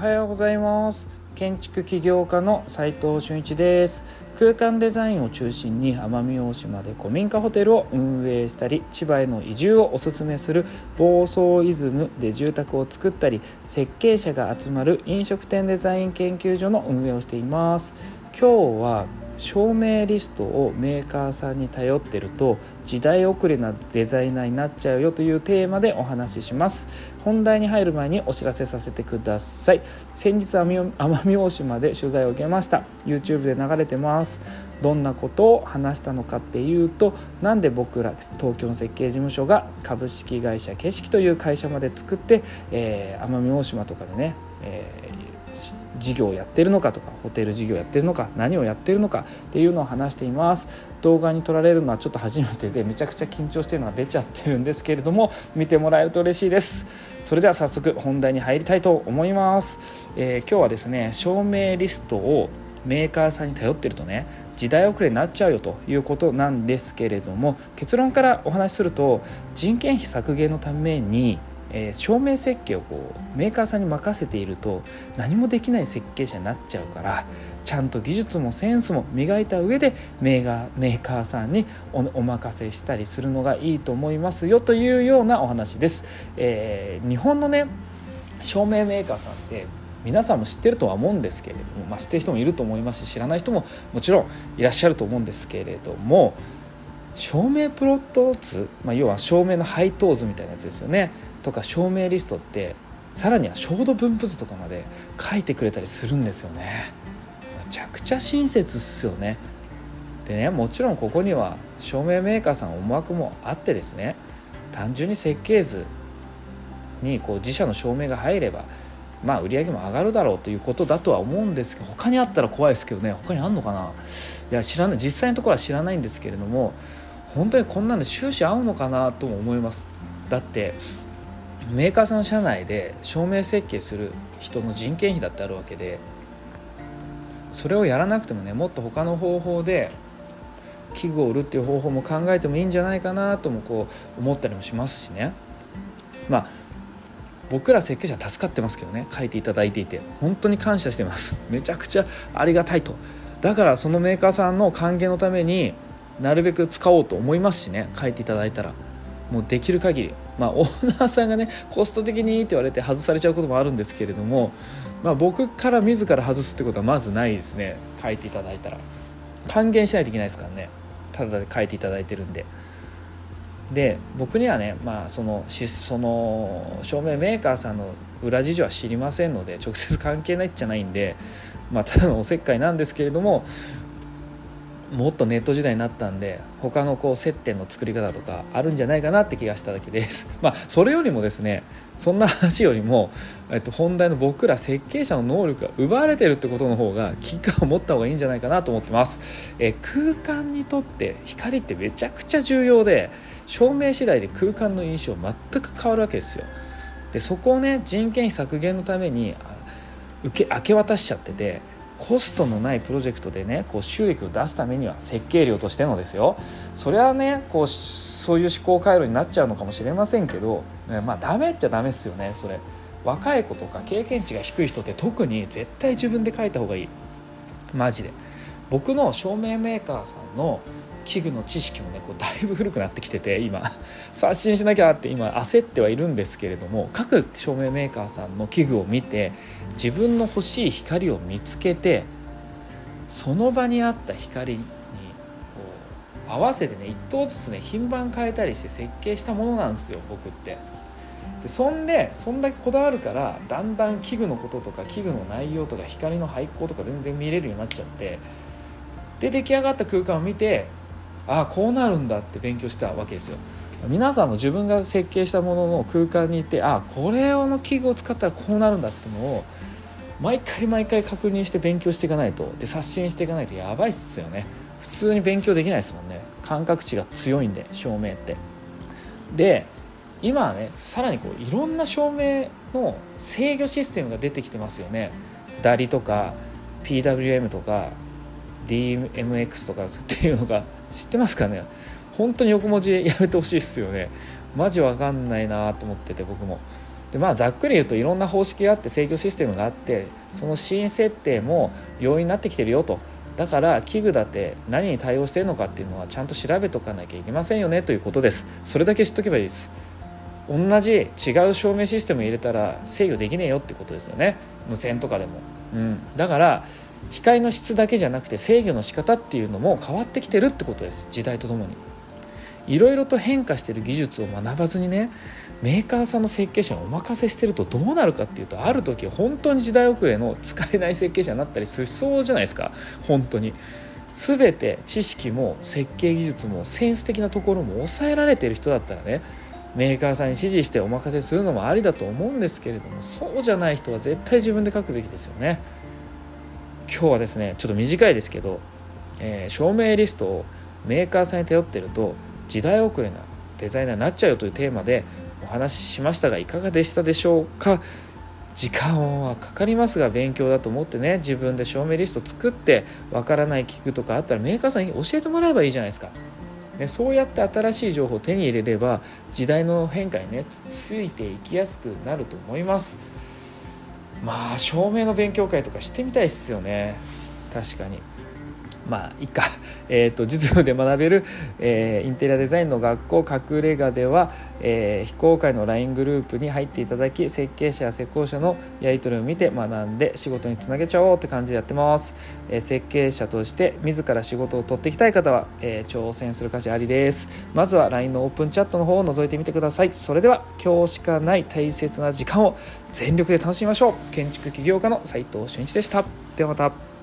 はようございます。建築起業家の斉藤俊一です。空間デザインを中心に奄美大島で古民家ホテルを運営したり、千葉への移住をおすすめする房総イズムで住宅を作ったり、設計者が集まる飲食店デザイン研究所の運営をしています。今日は照明リストをメーカーさんに頼ってると時代遅れなデザイナーになっちゃうよというテーマでお話しします。本題に入る前にお知らせさせてください。先日奄美大島で取材を受けました。 YouTube で流れてます。どんなことを話したのかっていうと、なんで僕ら東京の設計事務所が株式会社景色という会社まで作って、奄美大島とかでね、事業をやってるのかとか、ホテル事業やってるのか、何をやってるのかっていうのを話しています。動画に撮られるのはちょっと初めてでめちゃくちゃ緊張しているのが出ちゃってるんですけれども、見てもらえると嬉しいです。それでは早速本題に入りたいと思います。今日はですね、照明リストをメーカーさんに頼ってるとね、時代遅れになっちゃうよということなんですけれども、結論からお話しすると、人件費削減のために照明設計をメーカーさんに任せていると何もできない設計者になっちゃうから、ちゃんと技術もセンスも磨いた上でメーカーさんにお任せしたりするのがいいと思いますよというようなお話です。日本のね、照明メーカーさんって皆さんも知ってるとは思うんですけれども、知ってる人もいると思いますし、知らない人ももちろんいらっしゃると思うんですけれども、照明プロット図、要は照明の配当図みたいなやつですよねとか、照明リストって、さらには照度分布図とかまで書いてくれたりするんですよね。めちゃくちゃ親切っすよね。でね、もちろんここには照明メーカーさんの思惑もあってですね、単純に設計図に自社の照明が入れば売り上げも上がるだろうということだとは思うんですけど、他にあったら怖いですけどね。他にあんのかな。いや、知らない、実際のところは知らないんですけれども、本当にこんなんで収支合うのかなとも思います。だってメーカーさんの社内で照明設計する人の人件費だってあるわけで、それをやらなくてもね、もっと他の方法で器具を売るっていう方法も考えてもいいんじゃないかなとも思ったりもしますしね。僕ら設計者助かってますけどね、書いていただいていて本当に感謝してます。めちゃくちゃありがたいと。だからそのメーカーさんの還元のためになるべく使おうと思いますしね、書いていただいたらもうできる限り、オーナーさんがねコスト的にって言われて外されちゃうこともあるんですけれども、僕から自ら外すってことはまずないですね。書いていただいたら還元しないといけないですからね、ただで書いていただいてるんで。で、僕にはね、その照明メーカーさんの裏事情は知りませんので、直接関係ないっちゃないんで、ただのおせっかいなんですけれども、もっとネット時代になったんで、他の接点の作り方とかあるんじゃないかなって気がしただけです。それよりもですね、そんな話よりも、本題の僕ら設計者の能力が奪われてるってことの方が危機感を持った方がいいんじゃないかなと思ってます。空間にとって光ってめちゃくちゃ重要で、照明次第で空間の印象全く変わるわけですよ。で、そこをね、人件費削減のために明け渡しちゃってて、コストのないプロジェクトでね、収益を出すためには設計料としてのですよ、それはねそういう思考回路になっちゃうのかもしれませんけど、ダメっちゃダメですよね。それ若い子とか経験値が低い人って特に絶対自分で書いた方がいい。マジで。僕の照明メーカーさんの器具の知識もね、だいぶ古くなってきてて、今刷新しなきゃって今焦ってはいるんですけれども、各照明メーカーさんの器具を見て自分の欲しい光を見つけて、その場に合った光に合わせてね、一灯ずつね品番変えたりして設計したものなんですよ、僕って。で、そんだけこだわるから、だんだん器具のこととか器具の内容とか光の配光とか全然見れるようになっちゃって、で出来上がった空間を見て、こうなるんだって勉強したわけですよ。皆さんも自分が設計したものの空間に行って、これの器具を使ったらこうなるんだってのを毎回確認して勉強していかないと、で刷新していかないとやばいっすよね。普通に勉強できないですもんね。感覚値が強いんで、照明って。で、今はね、さらにいろんな照明の制御システムが出てきてますよね。ダリとか PWM とか DMX とかっていうのが知ってますかね。本当に横文字やめてほしいですよね。マジわかんないなと思ってて、僕もでざっくり言うといろんな方式があって制御システムがあって、そのシーン設定も容易になってきてるよと。だから器具だって何に対応しているのかっていうのはちゃんと調べとかなきゃいけませんよねということです。それだけ知っとけばいいです。同じ違う照明システム入れたら制御できねえよってことですよね、無線とかでも。だから光の質だけじゃなくて制御の仕方っていうのも変わってきてるってことです。時代とともにいろいろと変化している技術を学ばずにね、メーカーさんの設計者にお任せしてるとどうなるかっていうと、ある時本当に時代遅れの使えない設計者になったりしそうじゃないですか。本当に全て知識も設計技術もセンス的なところも抑えられている人だったらね、メーカーさんに指示してお任せするのもありだと思うんですけれども、そうじゃない人は絶対自分で書くべきですよね。今日はですね、ちょっと短いですけど、照明リストをメーカーさんに頼ってると時代遅れなデザイナーになっちゃうよというテーマでお話ししましたが、いかがでしたでしょうか。時間はかかりますが勉強だと思ってね、自分で照明リスト作ってわからない器具とかあったらメーカーさんに教えてもらえばいいじゃないですか。でそうやって新しい情報を手に入れれば時代の変化にねついていきやすくなると思います。照明の勉強会とかしてみたいですよね。確かにいいか、実務で学べる、インテリアデザインの学校隠れ家では、非公開の LINE グループに入っていただき、設計者や施工者のやり取りを見て学んで仕事につなげちゃおうって感じでやってます。設計者として自ら仕事を取っていきたい方は、挑戦する価値ありです。まずは LINE のオープンチャットの方を覗いてみてください。それでは今日しかない大切な時間を全力で楽しみましょう。建築起業家の斉藤俊一でした。ではまた。